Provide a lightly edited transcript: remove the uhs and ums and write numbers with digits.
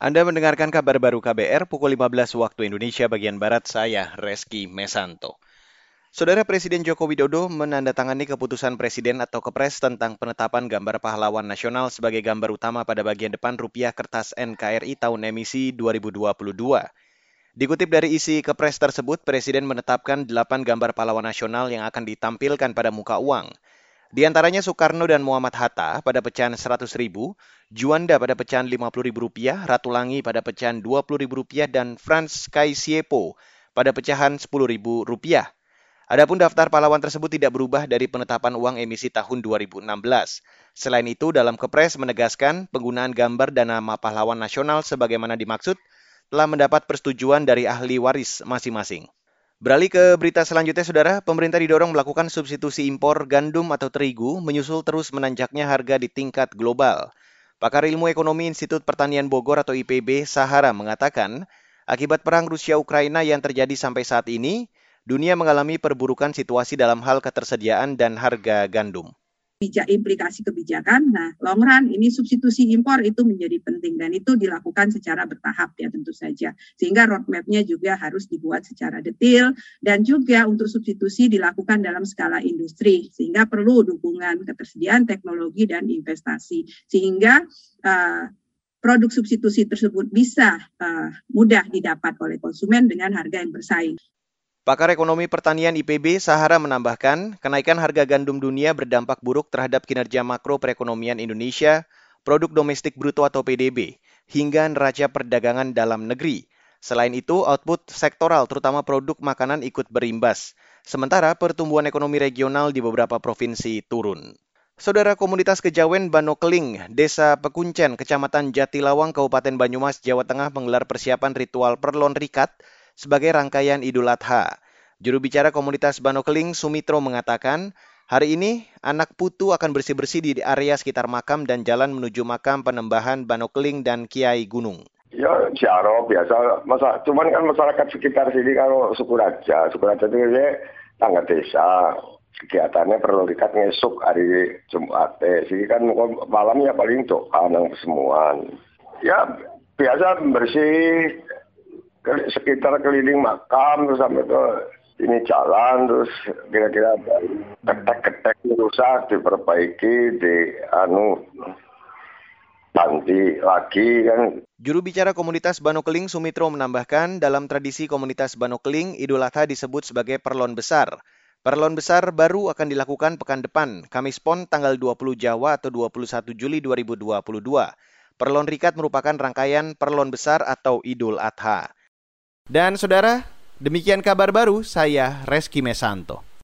Anda mendengarkan kabar baru KBR pukul 15 waktu Indonesia bagian Barat, saya Reski Mesanto. Saudara Presiden Joko Widodo menandatangani keputusan Presiden atau Kepres tentang penetapan gambar pahlawan nasional sebagai gambar utama pada bagian depan rupiah kertas NKRI tahun emisi 2022. Dikutip dari isi Kepres tersebut, Presiden menetapkan 8 gambar pahlawan nasional yang akan ditampilkan pada muka uang. Di antaranya Soekarno dan Muhammad Hatta pada pecahan 100.000, Juanda pada pecahan 50.000 rupiah, Ratulangi pada pecahan 20.000 rupiah, dan Franz Kaisiepo pada pecahan 10.000 rupiah. Adapun daftar pahlawan tersebut tidak berubah dari penetapan uang emisi tahun 2016. Selain itu, dalam Kepres menegaskan penggunaan gambar dan nama pahlawan nasional sebagaimana dimaksud telah mendapat persetujuan dari ahli waris masing-masing. Beralih ke berita selanjutnya, Saudara. Pemerintah didorong melakukan substitusi impor gandum atau terigu menyusul terus menanjaknya harga di tingkat global. Pakar Ilmu Ekonomi Institut Pertanian Bogor atau IPB, Sahara, mengatakan, akibat perang Rusia-Ukraina yang terjadi sampai saat ini, dunia mengalami perburukan situasi dalam hal ketersediaan dan harga gandum. Implikasi kebijakan. Nah, long run ini substitusi impor itu menjadi penting dan itu dilakukan secara bertahap ya tentu saja. Sehingga roadmap-nya juga harus dibuat secara detail dan juga untuk substitusi dilakukan dalam skala industri sehingga perlu dukungan ketersediaan teknologi dan investasi sehingga produk substitusi tersebut bisa mudah didapat oleh konsumen dengan harga yang bersaing. Pakar Ekonomi Pertanian IPB, Sahara, menambahkan, kenaikan harga gandum dunia berdampak buruk terhadap kinerja makro perekonomian Indonesia, produk domestik bruto atau PDB, hingga neraca perdagangan dalam negeri. Selain itu, output sektoral terutama produk makanan ikut berimbas. Sementara pertumbuhan ekonomi regional di beberapa provinsi turun. Saudara, komunitas kejawen Banokeling, Desa Pekuncen, Kecamatan Jatilawang, Kabupaten Banyumas, Jawa Tengah menggelar persiapan ritual Perlon Rikat sebagai rangkaian Idul Adha. Juru bicara komunitas Banokeling, Sumitro, mengatakan, hari ini anak putu akan bersih-bersih di area sekitar makam dan jalan menuju makam Penembahan Banokeling dan Kiai Gunung. Ya, ziarah biasa. Cuman kan masyarakat sekitar sini kalau Sukuraja itu ya tangga desa. Kegiatannya perlu rikat ngesuk hari Jumat. Sini kan malamnya paling doa nang persemuan. Ya, biasa bersih sekitar keliling makam terus sampai ke ini jalan terus kira-kira ketek-ketek rusak diperbaiki ganti lagi kan. Juru bicara komunitas Banokeling Sumitro menambahkan dalam tradisi komunitas Banokeling Idul Adha disebut sebagai Perlon Besar. Perlon Besar baru akan dilakukan pekan depan, Kamis Pon tanggal 20 Jawa atau 21 Juli 2022. Perlon Rikat merupakan rangkaian Perlon Besar atau Idul Adha. Dan saudara, demikian kabar baru, saya Reski Mesanto.